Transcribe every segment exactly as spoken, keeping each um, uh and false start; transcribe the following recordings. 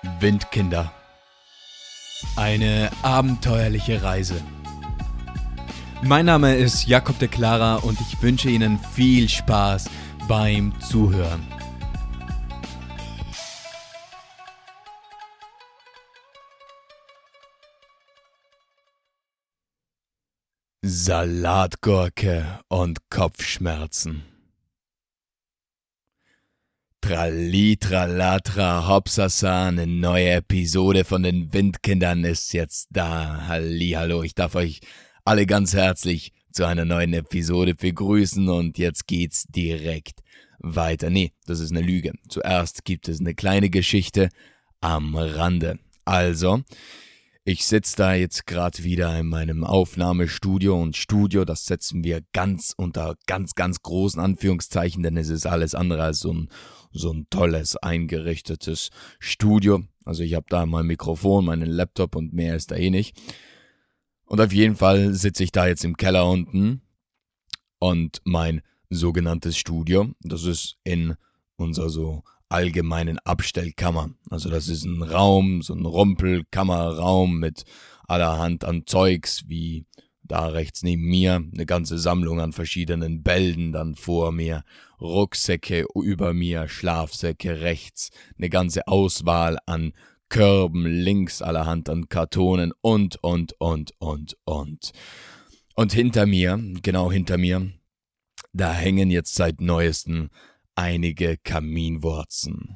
Windkinder. Eine abenteuerliche Reise. Mein Name ist Jakob de Clara und ich wünsche Ihnen viel Spaß beim Zuhören. Salatgurke und Kopfschmerzen. Tralli, tralatra, hopsasa, eine neue Episode von den Windkindern ist jetzt da. Hallihallo, ich darf euch alle ganz herzlich zu einer neuen Episode begrüßen und jetzt geht's direkt weiter. Nee, das ist eine Lüge. Zuerst gibt es eine kleine Geschichte am Rande. Also, ich sitze da jetzt gerade wieder in meinem Aufnahmestudio und Studio, das setzen wir ganz unter ganz, ganz großen Anführungszeichen, denn es ist alles andere als so ein, so ein tolles, eingerichtetes Studio. Also ich habe da mein Mikrofon, meinen Laptop und mehr ist da eh nicht. Und auf jeden Fall sitze ich da jetzt im Keller unten und mein sogenanntes Studio, das ist in unserer so allgemeinen Abstellkammer. Also das ist ein Raum, so ein Rumpelkammerraum mit allerhand an Zeugs, wie da rechts neben mir eine ganze Sammlung an verschiedenen Bällen, dann vor mir Rucksäcke, über mir Schlafsäcke, rechts eine ganze Auswahl an Körben, links allerhand an Kartonen und, und, und, und, und. Und hinter mir, genau hinter mir, da hängen jetzt seit neuestem einige Kaminwurzen.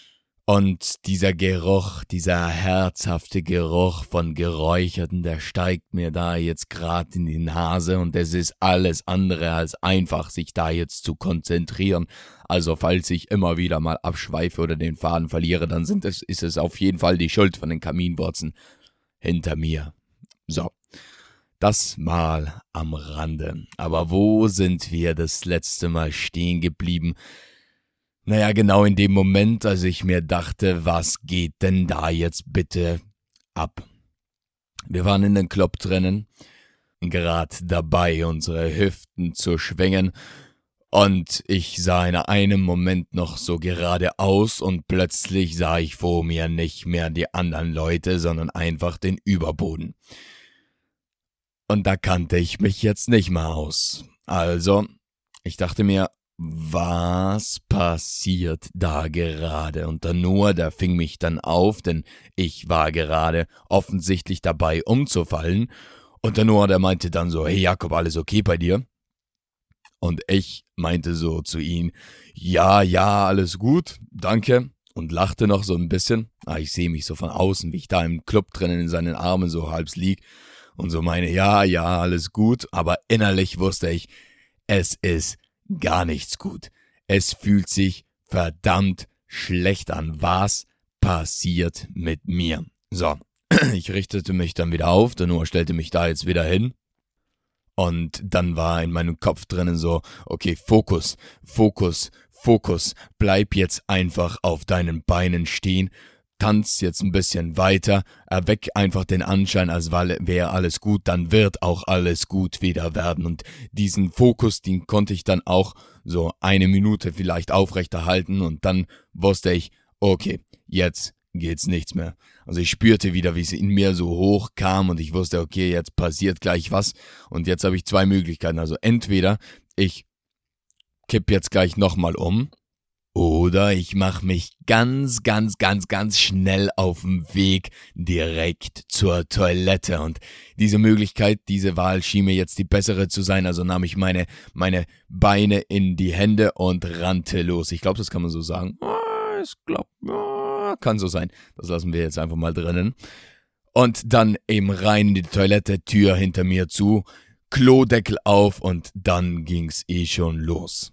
Und dieser Geruch, dieser herzhafte Geruch von Geräucherten, der steigt mir da jetzt gerade in die Nase und es ist alles andere als einfach, sich da jetzt zu konzentrieren. Also falls ich immer wieder mal abschweife oder den Faden verliere, dann sind es, ist es auf jeden Fall die Schuld von den Kaminwurzen hinter mir. So, das mal am Rande. Aber wo sind wir das letzte Mal stehen geblieben? Naja, genau in dem Moment, als ich mir dachte, was geht denn da jetzt bitte ab? Wir waren in den Club drinnen, gerade dabei, unsere Hüften zu schwingen, und ich sah in einem Moment noch so geradeaus und plötzlich sah ich vor mir nicht mehr die anderen Leute, sondern einfach den Überboden. Und da kannte ich mich jetzt nicht mehr aus. Also, ich dachte mir, was passiert da gerade? Und der Noah, der fing mich dann auf, denn ich war gerade offensichtlich dabei umzufallen. Und der Noah, der meinte dann so, hey Jakob, alles okay bei dir? Und ich meinte so zu ihm, ja, ja, alles gut, danke. Und lachte noch so ein bisschen. Ah, ich sehe mich so von außen, wie ich da im Club drinnen in seinen Armen so halb lieg. Und so meine, ja, ja, alles gut. Aber innerlich wusste ich, es ist gar nichts gut. Es fühlt sich verdammt schlecht an. Was passiert mit mir? So, ich richtete mich dann wieder auf, der Noah stellte mich da jetzt wieder hin. Und dann war in meinem Kopf drinnen so, okay, Fokus, Fokus, Fokus, bleib jetzt einfach auf deinen Beinen stehen, tanz jetzt ein bisschen weiter, erweck einfach den Anschein, als wäre alles gut, dann wird auch alles gut wieder werden. Und diesen Fokus, den konnte ich dann auch so eine Minute vielleicht aufrechterhalten und dann wusste ich, okay, jetzt geht's nichts mehr. Also ich spürte wieder, wie es in mir so hoch kam und ich wusste, okay, jetzt passiert gleich was. Und jetzt habe ich zwei Möglichkeiten. Also entweder ich kipp jetzt gleich nochmal um, oder ich mache mich ganz, ganz, ganz, ganz schnell auf den Weg direkt zur Toilette. Und diese Möglichkeit, diese Wahl schien mir jetzt die bessere zu sein. Also nahm ich meine, meine Beine in die Hände und rannte los. Ich glaube, das kann man so sagen. Ah, ich glaube, ah, kann so sein. Das lassen wir jetzt einfach mal drinnen. Und dann eben rein in die Toilette, Tür hinter mir zu, Klodeckel auf und dann ging's eh schon los.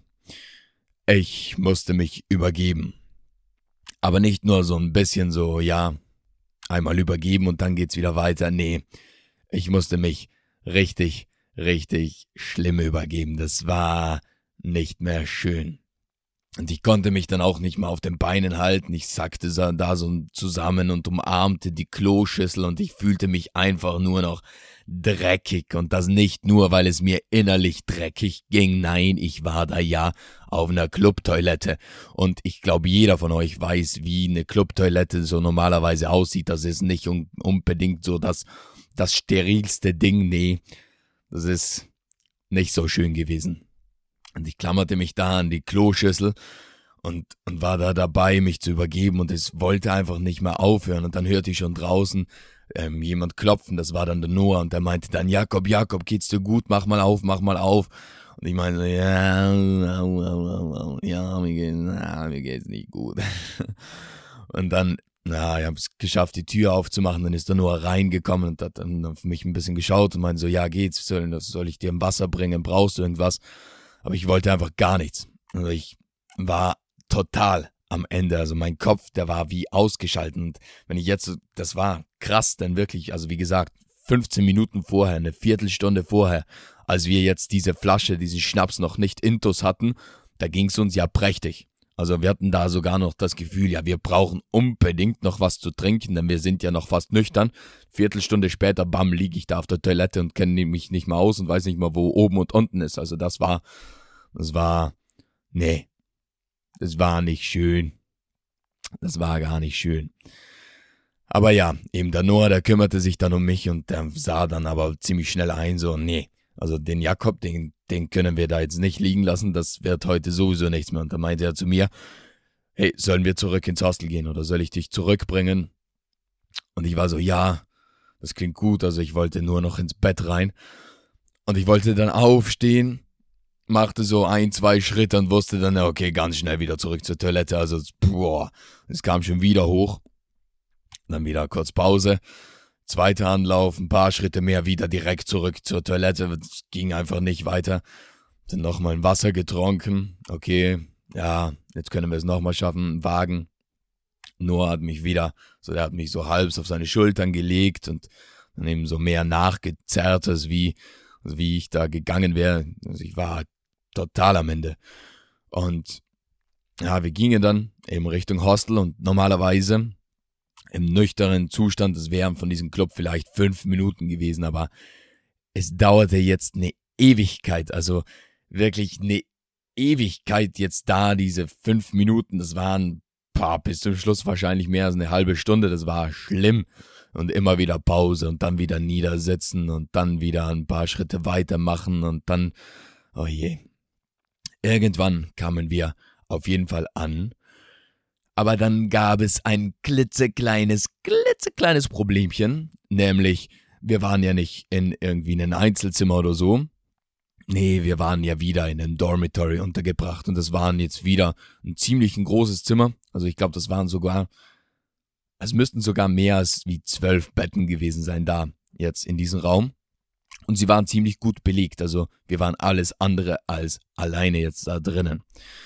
Ich musste mich übergeben. Aber nicht nur so ein bisschen so, ja, einmal übergeben und dann geht's wieder weiter. Nee, ich musste mich richtig, richtig schlimm übergeben. Das war nicht mehr schön. Und ich konnte mich dann auch nicht mehr auf den Beinen halten. Ich sackte da so zusammen und umarmte die Kloschüssel und ich fühlte mich einfach nur noch dreckig. Und das nicht nur, weil es mir innerlich dreckig ging. Nein, ich war da ja auf einer Clubtoilette. Und ich glaube, jeder von euch weiß, wie eine Clubtoilette so normalerweise aussieht. Das ist nicht un- unbedingt so das, das sterilste Ding. Nee, das ist nicht so schön gewesen. Und ich klammerte mich da an die Kloschüssel und, und war da dabei, mich zu übergeben und es wollte einfach nicht mehr aufhören. Und dann hörte ich schon draußen ähm, jemand klopfen, das war dann der Noah und der meinte dann, Jakob, Jakob, geht's dir gut, mach mal auf, mach mal auf. Und ich meinte, ja, ja, mir geht's, ja, mir geht's nicht gut. Und dann, na, ich habe es geschafft, die Tür aufzumachen, dann ist der Noah reingekommen und hat dann auf mich ein bisschen geschaut und meinte so, ja, geht's, soll, soll ich dir ein Wasser bringen, brauchst du irgendwas? Aber ich wollte einfach gar nichts. Also ich war total am Ende. Also mein Kopf, der war wie ausgeschaltet. Und wenn ich jetzt, das war krass, denn wirklich, also wie gesagt, fünfzehn Minuten vorher, eine Viertelstunde vorher, als wir jetzt diese Flasche, diesen Schnaps noch nicht intus hatten, da ging es uns ja prächtig. Also wir hatten da sogar noch das Gefühl, ja, wir brauchen unbedingt noch was zu trinken, denn wir sind ja noch fast nüchtern. Viertelstunde später, bam, liege ich da auf der Toilette und kenne mich nicht mehr aus und weiß nicht mal, wo oben und unten ist. Also das war, das war, nee, das war nicht schön. Das war gar nicht schön. Aber ja, eben der Noah, der kümmerte sich dann um mich und der sah dann aber ziemlich schnell ein, so, nee, also den Jakob, den, den können wir da jetzt nicht liegen lassen, das wird heute sowieso nichts mehr. Und da meinte er zu mir, hey, sollen wir zurück ins Hostel gehen oder soll ich dich zurückbringen? Und ich war so, ja, das klingt gut, also ich wollte nur noch ins Bett rein. Und ich wollte dann aufstehen, machte so ein, zwei Schritte und wusste dann, okay, ganz schnell wieder zurück zur Toilette. Also, boah, es kam schon wieder hoch. Dann wieder kurz Pause, zweiter Anlauf, ein paar Schritte mehr, wieder direkt zurück zur Toilette. Es ging einfach nicht weiter. Dann nochmal ein Wasser getrunken. Okay, ja, jetzt können wir es nochmal schaffen. Wagen. Noah hat mich wieder, so der hat mich so halb auf seine Schultern gelegt und dann eben so mehr nachgezerrt, als wie, als wie ich da gegangen wäre. Also ich war total am Ende. Und ja, wir gingen dann eben Richtung Hostel und normalerweise im nüchternen Zustand, das wären von diesem Club vielleicht fünf Minuten gewesen, aber es dauerte jetzt eine Ewigkeit, also wirklich eine Ewigkeit jetzt da, diese fünf Minuten, das waren paar, bis zum Schluss wahrscheinlich mehr als eine halbe Stunde, das war schlimm und immer wieder Pause und dann wieder niedersitzen und dann wieder ein paar Schritte weitermachen und dann, oh je, irgendwann kamen wir auf jeden Fall an. Aber dann gab es ein klitzekleines, klitzekleines Problemchen, nämlich wir waren ja nicht in irgendwie einem Einzelzimmer oder so. Nee, wir waren ja wieder in einem Dormitory untergebracht und das waren jetzt wieder ein ziemlich ein großes Zimmer. Also ich glaube, das waren sogar, es müssten sogar mehr als wie zwölf Betten gewesen sein da jetzt in diesem Raum. Und sie waren ziemlich gut belegt, also wir waren alles andere als alleine jetzt da drinnen.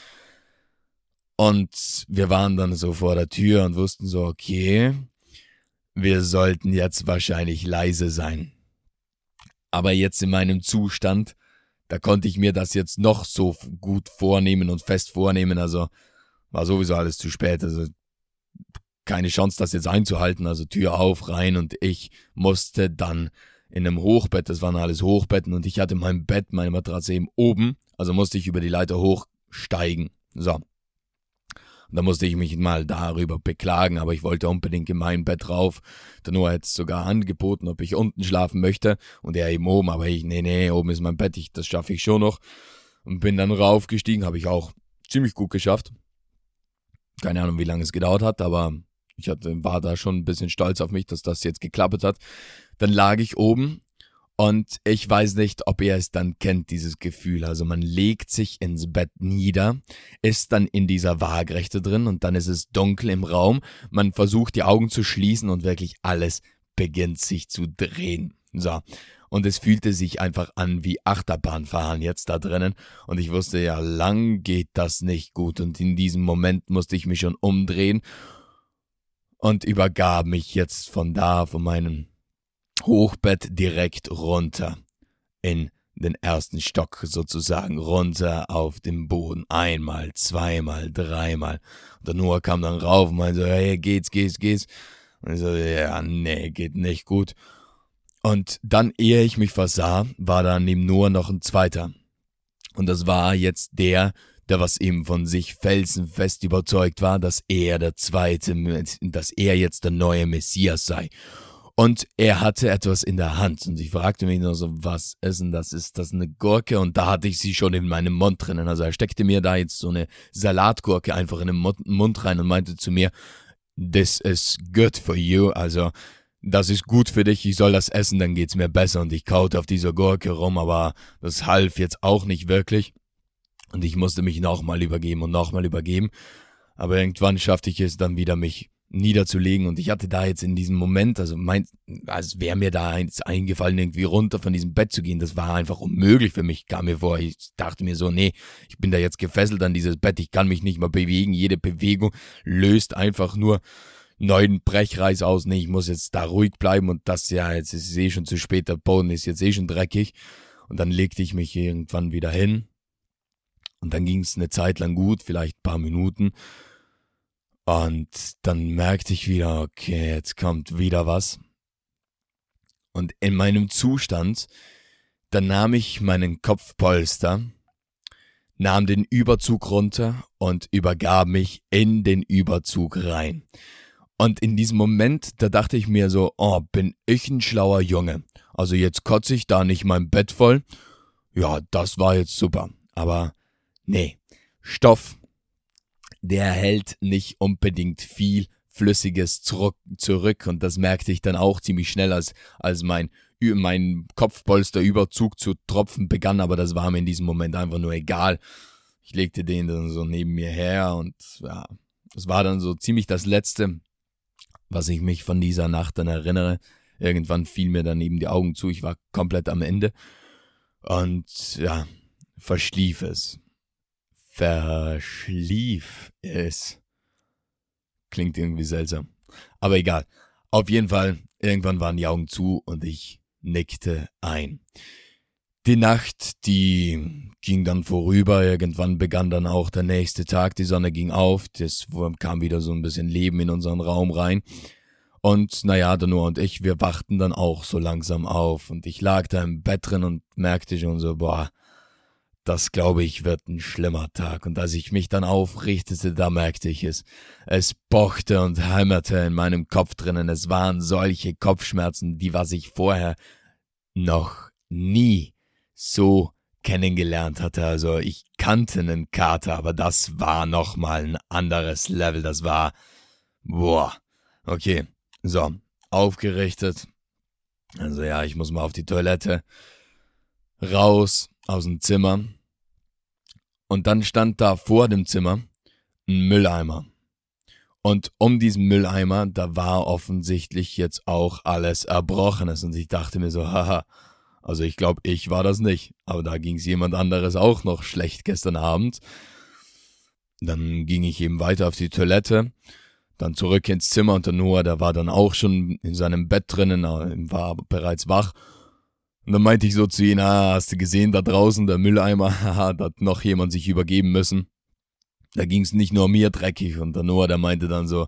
Und wir waren dann so vor der Tür und wussten so, okay, wir sollten jetzt wahrscheinlich leise sein. Aber jetzt in meinem Zustand, da konnte ich mir das jetzt noch so gut vornehmen und fest vornehmen, also war sowieso alles zu spät, also keine Chance, das jetzt einzuhalten, also Tür auf, rein und ich musste dann in einem Hochbett, das waren alles Hochbetten und ich hatte mein Bett, meine Matratze eben oben, also musste ich über die Leiter hochsteigen, so. Und da musste ich mich mal darüber beklagen, aber ich wollte unbedingt in mein Bett rauf. Der Noah hat es sogar angeboten, ob ich unten schlafen möchte. Und er eben oben, aber ich, nee, nee, oben ist mein Bett, ich, das schaffe ich schon noch. Und bin dann raufgestiegen, habe ich auch ziemlich gut geschafft. Keine Ahnung, wie lange es gedauert hat, aber ich hatte, war da schon ein bisschen stolz auf mich, dass das jetzt geklappt hat. Dann lag ich oben. Und ich weiß nicht, ob ihr es dann kennt, dieses Gefühl. Also man legt sich ins Bett nieder, ist dann in dieser Waagrechte drin und dann ist es dunkel im Raum. Man versucht die Augen zu schließen und wirklich alles beginnt sich zu drehen. So. Und es fühlte sich einfach an wie Achterbahnfahren jetzt da drinnen. Und ich wusste, ja, lang geht das nicht gut. Und in diesem Moment musste ich mich schon umdrehen und übergab mich jetzt von da, von meinem Hochbett direkt runter in den ersten Stock sozusagen runter auf den Boden. Einmal, zweimal, dreimal. Und der Noah kam dann rauf und meinte so, hey, geht's, geht's, geht's. Und ich so, ja, nee, geht nicht gut. Und dann, ehe ich mich versah, war da neben Noah noch ein zweiter. Und das war jetzt der, der was eben von sich felsenfest überzeugt war, dass er der Zweite, dass er jetzt der neue Messias sei. Und er hatte etwas in der Hand und ich fragte mich nur so, was ist denn das? Ist das eine Gurke? Und da hatte ich sie schon in meinem Mund drinnen. Also er steckte mir da jetzt so eine Salatgurke einfach in den Mund rein und meinte zu mir, this is good for you, also das ist gut für dich, ich soll das essen, dann geht's mir besser. Und ich kaute auf dieser Gurke rum, aber das half jetzt auch nicht wirklich. Und ich musste mich nochmal übergeben und nochmal übergeben. Aber irgendwann schaffte ich es dann wieder, mich niederzulegen. Und ich hatte da jetzt in diesem Moment, also mein, als wäre mir da eins eingefallen, irgendwie runter von diesem Bett zu gehen. Das war einfach unmöglich für mich, kam mir vor. Ich dachte mir so, nee, ich bin da jetzt gefesselt an dieses Bett, ich kann mich nicht mehr bewegen. Jede Bewegung löst einfach nur neuen Brechreiz aus. Nee, ich muss jetzt da ruhig bleiben und das, ja, jetzt ist es eh schon zu spät, der Boden ist jetzt eh schon dreckig. Und dann legte ich mich irgendwann wieder hin. Und dann ging es eine Zeit lang gut, vielleicht ein paar Minuten. Und dann merkte ich wieder, okay, jetzt kommt wieder was. Und in meinem Zustand, dann nahm ich meinen Kopfpolster, nahm den Überzug runter und übergab mich in den Überzug rein. Und in diesem Moment, da dachte ich mir so, oh, bin ich ein schlauer Junge. Also jetzt kotze ich da nicht mein Bett voll. Ja, das war jetzt super. Aber nee, Stoff, der hält nicht unbedingt viel Flüssiges zurück, zurück. Und das merkte ich dann auch ziemlich schnell, als, als mein, mein Kopfpolsterüberzug zu tropfen begann. Aber das war mir in diesem Moment einfach nur egal. Ich legte den dann so neben mir her und ja, das war dann so ziemlich das Letzte, was ich mich von dieser Nacht dann erinnere. Irgendwann fiel mir dann eben die Augen zu, ich war komplett am Ende. Und ja, verschlief es. Verschlief es. Klingt irgendwie seltsam. Aber egal. Auf jeden Fall, irgendwann waren die Augen zu und ich nickte ein. Die Nacht, die ging dann vorüber, irgendwann begann dann auch der nächste Tag, die Sonne ging auf, es kam wieder so ein bisschen Leben in unseren Raum rein und naja, der Noah und ich, wir wachten dann auch so langsam auf und ich lag da im Bett drin und merkte schon so, boah, das glaube ich wird ein schlimmer Tag. Und als ich mich dann aufrichtete, da merkte ich es, es pochte und hämmerte in meinem Kopf drinnen, es waren solche Kopfschmerzen, die was ich vorher noch nie so kennengelernt hatte. Also ich kannte einen Kater, aber das war nochmal ein anderes Level. Das war, boah, okay, so, aufgerichtet. Also ja, ich muss mal auf die Toilette, raus aus dem Zimmer. Und dann stand da vor dem Zimmer ein Mülleimer. Und um diesen Mülleimer, da war offensichtlich jetzt auch alles Erbrochenes. Und ich dachte mir so, haha, also ich glaube, ich war das nicht. Aber da ging es jemand anderes auch noch schlecht gestern Abend. Dann ging ich eben weiter auf die Toilette, dann zurück ins Zimmer und der Noah, der war dann auch schon in seinem Bett drinnen, war bereits wach. Und dann meinte ich so zu ihm, ah, hast du gesehen, da draußen der Mülleimer, haha, da hat noch jemand sich übergeben müssen. Da ging es nicht nur mir dreckig und der Noah, der meinte dann so,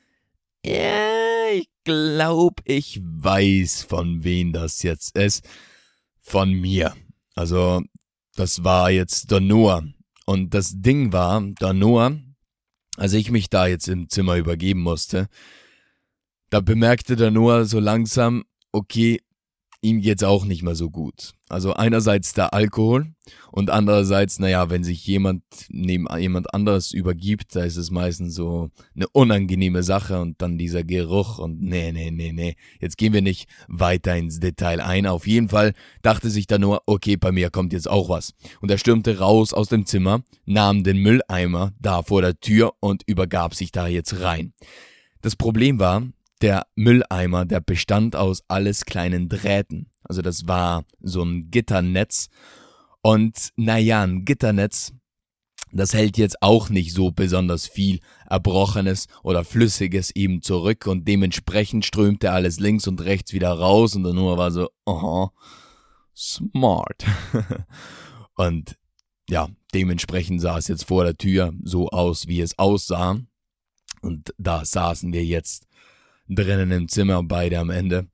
ja, ich glaube, ich weiß, von wem das jetzt ist. Von mir. Also, das war jetzt der Noah. Und das Ding war, der Noah, als ich mich da jetzt im Zimmer übergeben musste, da bemerkte der Noah so langsam, okay, ihm geht's auch nicht mehr so gut. Also einerseits der Alkohol und andererseits, naja, wenn sich jemand neben jemand anderes übergibt, da ist es meistens so eine unangenehme Sache und dann dieser Geruch und nee, nee, nee, nee, jetzt gehen wir nicht weiter ins Detail ein. Auf jeden Fall dachte sich da nur, okay, bei mir kommt jetzt auch was. Und er stürmte raus aus dem Zimmer, nahm den Mülleimer da vor der Tür und übergab sich da jetzt rein. Das Problem war, der Mülleimer, der bestand aus alles kleinen Drähten. Also das war so ein Gitternetz. Und naja, ein Gitternetz, das hält jetzt auch nicht so besonders viel Erbrochenes oder Flüssiges eben zurück. Und dementsprechend strömte alles links und rechts wieder raus. Und der Noah war so, aha, smart. Und ja, dementsprechend sah es jetzt vor der Tür so aus, wie es aussah. Und da saßen wir jetzt drinnen im Zimmer, beide am Ende.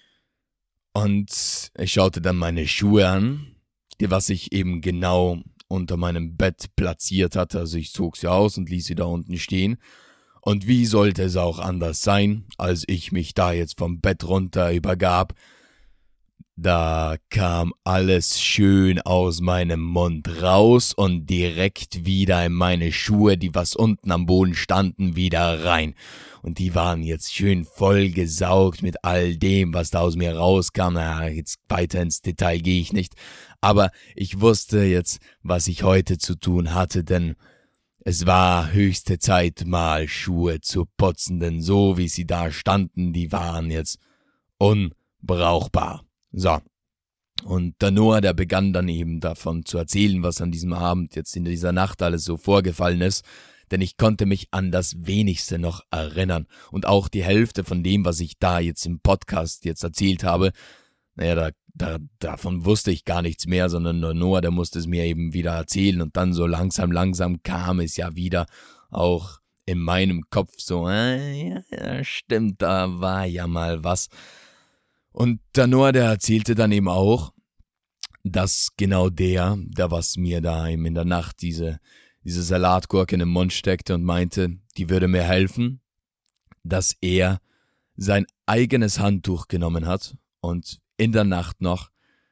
Und ich schaute dann meine Schuhe an, die was ich eben genau unter meinem Bett platziert hatte. Also ich zog sie aus und ließ sie da unten stehen. Und wie sollte es auch anders sein, als ich mich da jetzt vom Bett runter übergab? Da kam alles schön aus meinem Mund raus und direkt wieder in meine Schuhe, die was unten am Boden standen, wieder rein. Und die waren jetzt schön vollgesaugt mit all dem, was da aus mir rauskam. Na, jetzt weiter ins Detail gehe ich nicht. Aber ich wusste jetzt, was ich heute zu tun hatte, denn es war höchste Zeit, mal Schuhe zu putzen, denn so wie sie da standen, die waren jetzt unbrauchbar. So, und der Noah, der begann dann eben davon zu erzählen, was an diesem Abend, jetzt in dieser Nacht alles so vorgefallen ist, denn ich konnte mich an das Wenigste noch erinnern und auch die Hälfte von dem, was ich da jetzt im Podcast jetzt erzählt habe, naja, da, da, davon wusste ich gar nichts mehr, sondern der Noah, der musste es mir eben wieder erzählen und dann so langsam, langsam kam es ja wieder auch in meinem Kopf so, äh, ja, ja, stimmt, da war ja mal was. Und der Noah, der erzählte dann eben auch, dass genau der, der was mir da eben in der Nacht diese, diese Salatgurke in den Mund steckte und meinte, die würde mir helfen, dass er sein eigenes Handtuch genommen hat und in der Nacht noch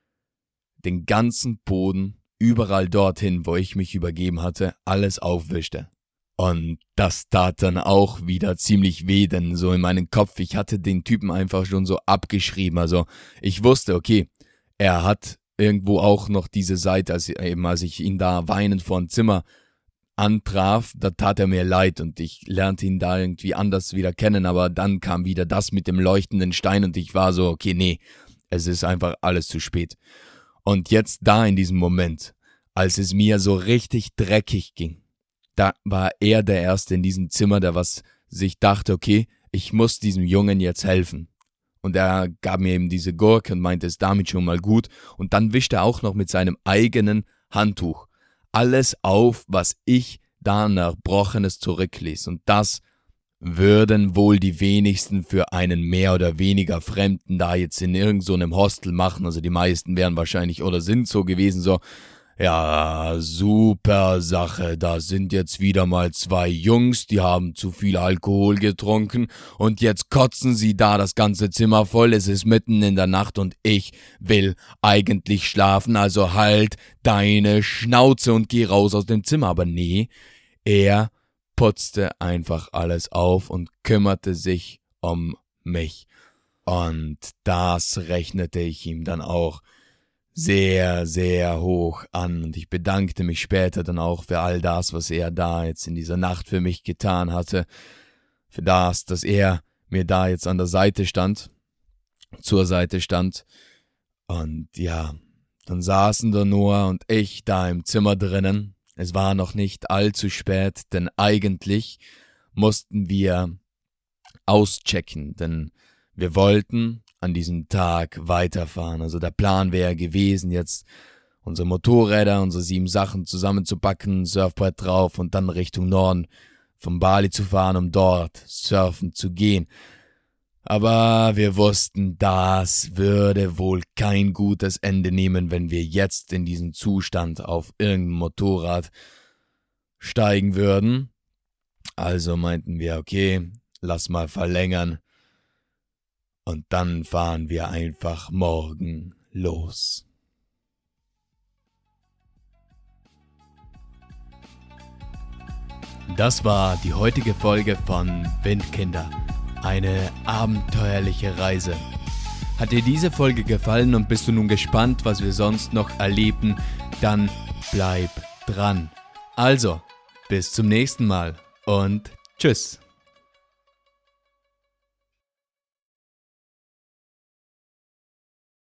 den ganzen Boden, überall dorthin, wo ich mich übergeben hatte, alles aufwischte. Und das tat dann auch wieder ziemlich weh, denn so in meinem Kopf, ich hatte den Typen einfach schon so abgeschrieben. Also ich wusste, okay, er hat irgendwo auch noch diese Seite, als, eben als ich ihn da weinend vor dem Zimmer antraf, da tat er mir leid und ich lernte ihn da irgendwie anders wieder kennen, aber dann kam wieder das mit dem leuchtenden Stein und ich war so, okay, nee, es ist einfach alles zu spät. Und jetzt da in diesem Moment, als es mir so richtig dreckig ging, da war er der Erste in diesem Zimmer, der was sich dachte, okay, ich muss diesem Jungen jetzt helfen. Und er gab mir eben diese Gurke und meinte, es damit schon mal gut. Und dann wischte er auch noch mit seinem eigenen Handtuch alles auf, was ich da nach Brochenes zurückließ. Und das würden wohl die wenigsten für einen mehr oder weniger Fremden da jetzt in irgend so einem Hostel machen. Also die meisten wären wahrscheinlich oder sind so gewesen, so, ja, super Sache, da sind jetzt wieder mal zwei Jungs, die haben zu viel Alkohol getrunken und jetzt kotzen sie da das ganze Zimmer voll, es ist mitten in der Nacht und ich will eigentlich schlafen, also halt deine Schnauze und geh raus aus dem Zimmer. Aber nee, er putzte einfach alles auf und kümmerte sich um mich. Und das rechnete ich ihm dann auch sehr, sehr hoch an und ich bedankte mich später dann auch für all das, was er da jetzt in dieser Nacht für mich getan hatte, für das, dass er mir da jetzt an der Seite stand, zur Seite stand und ja, dann saßen der Noah und ich da im Zimmer drinnen. Es war noch nicht allzu spät, denn eigentlich mussten wir auschecken, denn wir wollten an diesem Tag weiterfahren. Also der Plan wäre gewesen, jetzt unsere Motorräder, unsere sieben Sachen zusammenzupacken, Surfbrett drauf und dann Richtung Norden von Bali zu fahren, um dort surfen zu gehen. Aber wir wussten, das würde wohl kein gutes Ende nehmen, wenn wir jetzt in diesen Zustand auf irgendein Motorrad steigen würden. Also meinten wir, okay, lass mal verlängern. Und dann fahren wir einfach morgen los. Das war die heutige Folge von Windkinder. Eine abenteuerliche Reise. Hat dir diese Folge gefallen und bist du nun gespannt, was wir sonst noch erleben? Dann bleib dran. Also, bis zum nächsten Mal und tschüss.